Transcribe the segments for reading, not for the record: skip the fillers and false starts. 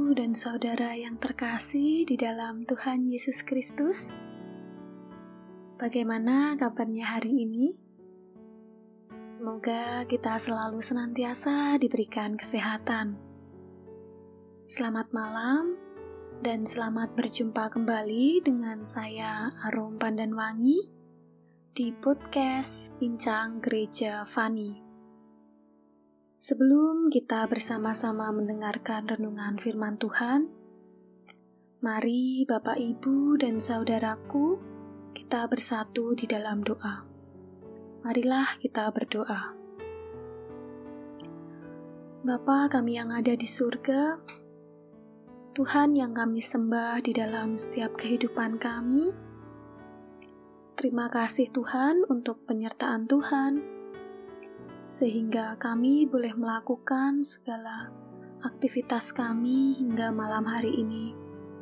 Ibu dan Saudara yang terkasih di dalam Tuhan Yesus Kristus. Bagaimana kabarnya hari ini? Semoga kita selalu senantiasa diberikan kesehatan. Selamat malam dan selamat berjumpa kembali dengan saya Arum Pandanwangi di podcast Bincang Gereja Fani. Sebelum kita bersama-sama mendengarkan renungan firman Tuhan, mari Bapak, Ibu, dan Saudaraku, kita bersatu di dalam doa. Marilah kita berdoa. Bapa kami yang ada di surga, Tuhan yang kami sembah di dalam setiap kehidupan kami, terima kasih Tuhan untuk penyertaan Tuhan, sehingga kami boleh melakukan segala aktivitas kami hingga malam hari ini.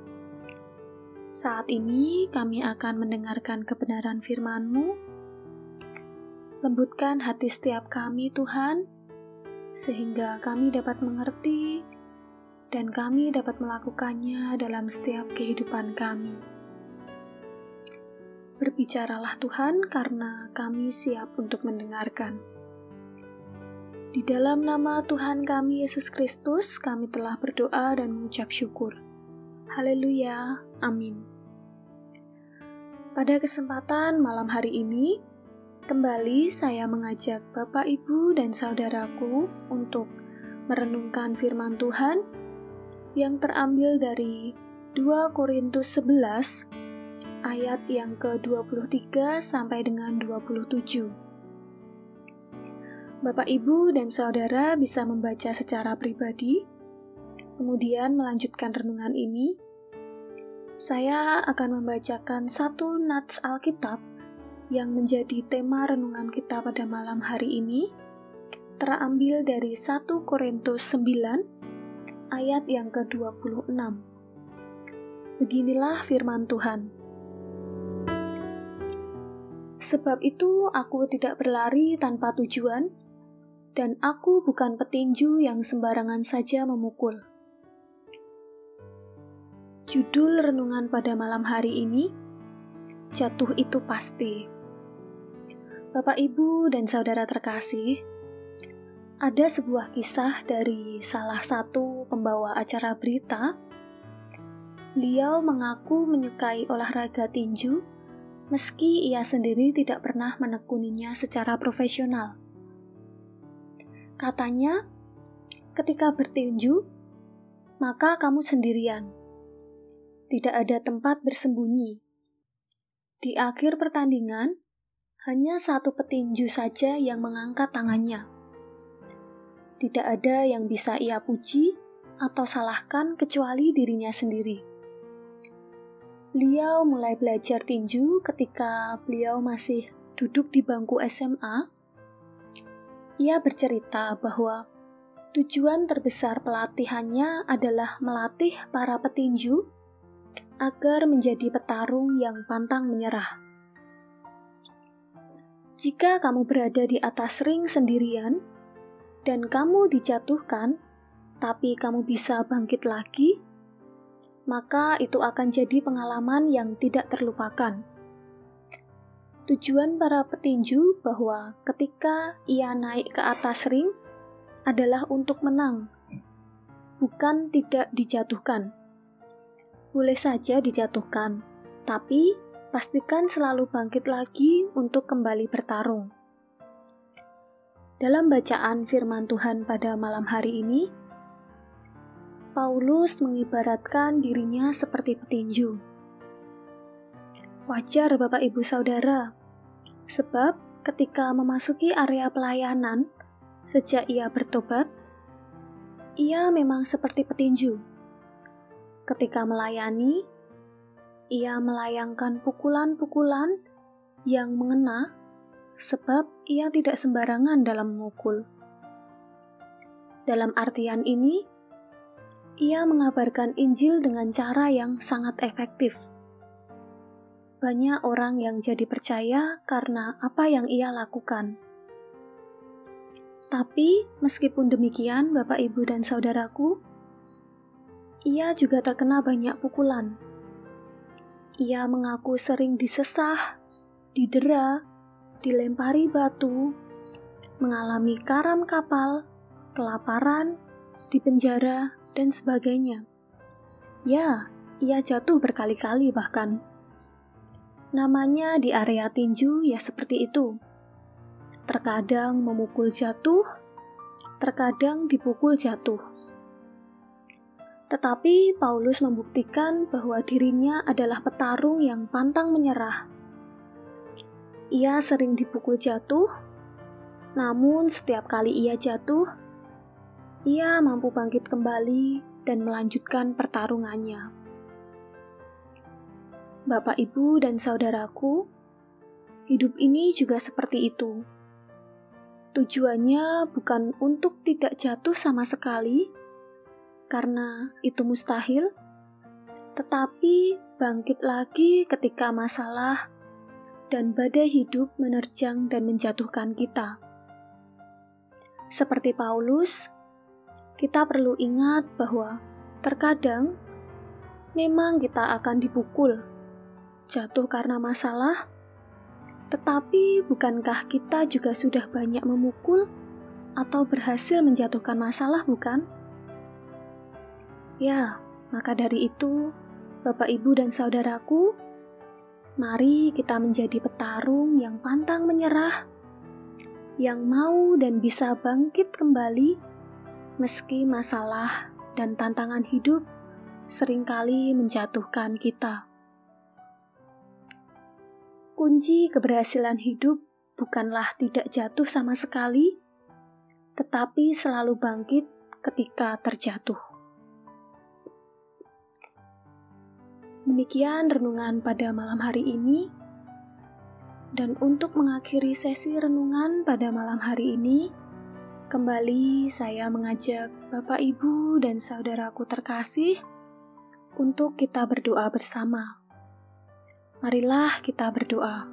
Saat ini kami akan mendengarkan kebenaran firman-Mu. Lembutkan hati setiap kami Tuhan, sehingga kami dapat mengerti dan kami dapat melakukannya dalam setiap kehidupan kami. Berbicaralah Tuhan, karena kami siap untuk mendengarkan. Di dalam nama Tuhan kami Yesus Kristus, kami telah berdoa dan mengucap syukur. Haleluya, amin. Pada kesempatan malam hari ini, kembali saya mengajak Bapak, Ibu, dan Saudaraku untuk merenungkan firman Tuhan yang terambil dari 2 Korintus 11 ayat yang ke-23 sampai dengan 27. Bapak, Ibu, dan Saudara bisa membaca secara pribadi, kemudian melanjutkan renungan ini. Saya akan membacakan satu nats Alkitab yang menjadi tema renungan kita pada malam hari ini, terambil dari 1 Korintus 9 ayat yang ke-26. Beginilah firman Tuhan. Sebab itu aku tidak berlari tanpa tujuan, dan aku bukan petinju yang sembarangan saja memukul. Judul renungan pada malam hari ini, jatuh itu pasti. Bapak, Ibu, dan Saudara terkasih, ada sebuah kisah dari salah satu pembawa acara berita. Beliau mengaku menyukai olahraga tinju, meski ia sendiri tidak pernah menekuninya secara profesional. Katanya, ketika bertinju, maka kamu sendirian. Tidak ada tempat bersembunyi. Di akhir pertandingan, hanya satu petinju saja yang mengangkat tangannya. Tidak ada yang bisa ia puji atau salahkan kecuali dirinya sendiri. Beliau mulai belajar tinju ketika beliau masih duduk di bangku SMA. Ia bercerita bahwa tujuan terbesar pelatihannya adalah melatih para petinju agar menjadi petarung yang pantang menyerah. Jika kamu berada di atas ring sendirian dan kamu dijatuhkan, tapi kamu bisa bangkit lagi, maka itu akan jadi pengalaman yang tidak terlupakan. Tujuan para petinju bahwa ketika ia naik ke atas ring adalah untuk menang, bukan tidak dijatuhkan. Boleh saja dijatuhkan, tapi pastikan selalu bangkit lagi untuk kembali bertarung. Dalam bacaan firman Tuhan pada malam hari ini, Paulus mengibaratkan dirinya seperti petinju. Wajar Bapak, Ibu, Saudara, sebab ketika memasuki area pelayanan, sejak ia bertobat, ia memang seperti petinju. Ketika melayani, ia melayangkan pukulan-pukulan yang mengena, sebab ia tidak sembarangan dalam memukul. Dalam artian ini, ia mengabarkan Injil dengan cara yang sangat efektif. Banyak orang yang jadi percaya karena apa yang ia lakukan. Tapi, meskipun demikian, Bapak, Ibu, dan Saudaraku, Ia juga terkena banyak pukulan. Ia mengaku sering disesah, didera, dilempari batu, mengalami karam kapal, kelaparan, dipenjara, dan sebagainya. Ya, ia jatuh berkali-kali bahkan. Namanya di area tinju ya seperti itu. Terkadang memukul jatuh, terkadang dipukul jatuh. Tetapi Paulus membuktikan bahwa dirinya adalah petarung yang pantang menyerah. Ia sering dipukul jatuh, namun setiap kali ia jatuh, ia mampu bangkit kembali dan melanjutkan pertarungannya. Bapak, Ibu, dan saudaraku, hidup ini juga seperti itu. Tujuannya bukan untuk tidak jatuh sama sekali, karena itu mustahil, tetapi bangkit lagi ketika masalah dan badai hidup menerjang dan menjatuhkan kita. Seperti Paulus, kita perlu ingat bahwa terkadang memang kita akan dipukul, jatuh karena masalah, tetapi bukankah kita juga sudah banyak memukul atau berhasil menjatuhkan masalah, bukan? Ya, maka dari itu, Bapak, Ibu, dan saudaraku, mari kita menjadi petarung yang pantang menyerah, yang mau dan bisa bangkit kembali, meski masalah dan tantangan hidup seringkali menjatuhkan kita. Kunci keberhasilan hidup bukanlah tidak jatuh sama sekali, tetapi selalu bangkit ketika terjatuh. Demikian renungan pada malam hari ini. Dan untuk mengakhiri sesi renungan pada malam hari ini, kembali saya mengajak Bapak, Ibu, dan saudaraku terkasih untuk kita berdoa bersama. Marilah kita berdoa.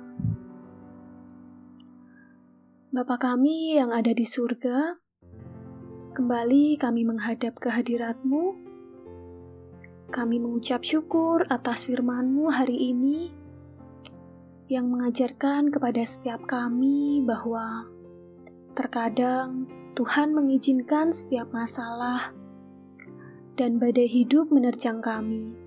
Bapa kami yang ada di surga, kembali kami menghadap kehadirat-Mu. Kami mengucap syukur atas firman-Mu hari ini yang mengajarkan kepada setiap kami bahwa terkadang Tuhan mengizinkan setiap masalah dan badai hidup menerjang kami.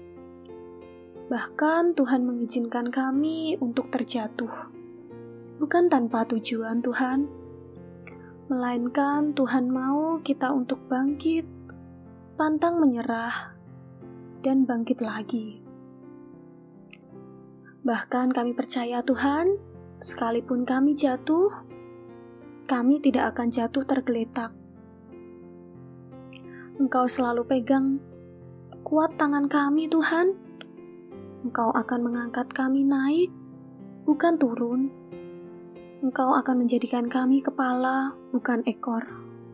Bahkan Tuhan mengizinkan kami untuk terjatuh, bukan tanpa tujuan Tuhan, melainkan Tuhan mau kita untuk bangkit, pantang menyerah, dan bangkit lagi. Bahkan kami percaya Tuhan, sekalipun kami jatuh, kami tidak akan jatuh tergeletak. Engkau selalu pegang kuat tangan kami Tuhan. Engkau akan mengangkat kami naik, bukan turun. Engkau akan menjadikan kami kepala, bukan ekor.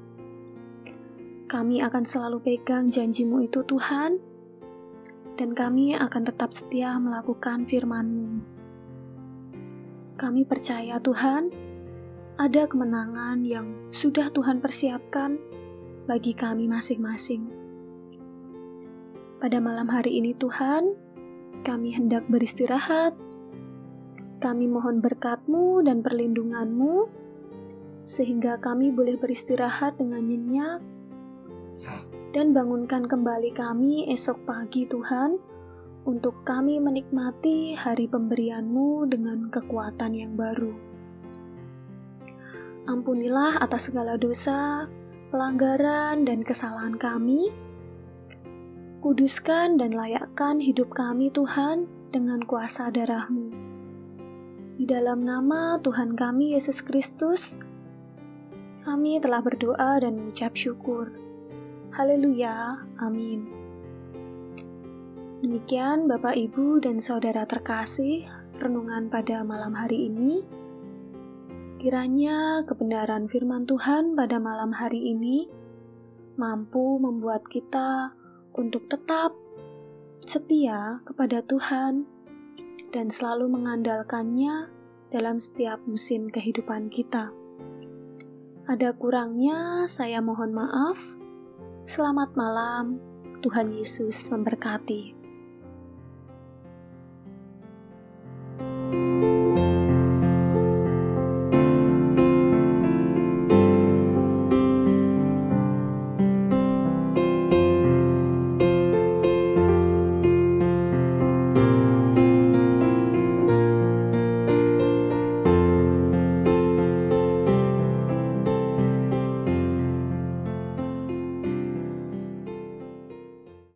Kami akan selalu pegang janji-Mu itu Tuhan, dan kami akan tetap setia melakukan firman-Mu. Kami percaya Tuhan, ada kemenangan yang sudah Tuhan persiapkan bagi kami masing-masing. Pada malam hari ini Tuhan, kami hendak beristirahat. Kami mohon berkat-Mu dan perlindungan-Mu, sehingga kami boleh beristirahat dengan nyenyak, dan bangunkan kembali kami esok pagi Tuhan, untuk kami menikmati hari pemberian-Mu dengan kekuatan yang baru. Ampunilah atas segala dosa, pelanggaran, dan kesalahan kami. Kuduskan dan layakkan hidup kami Tuhan dengan kuasa darah-Mu. Di dalam nama Tuhan kami Yesus Kristus, kami telah berdoa dan mengucap syukur. Haleluya, amin. Demikian Bapak, Ibu, dan saudara terkasih, renungan pada malam hari ini. Kiranya kebenaran firman Tuhan pada malam hari ini mampu membuat kita untuk tetap setia kepada Tuhan dan selalu mengandalkannya dalam setiap musim kehidupan kita. Ada kurangnya, saya mohon maaf. Selamat malam, Tuhan Yesus memberkati.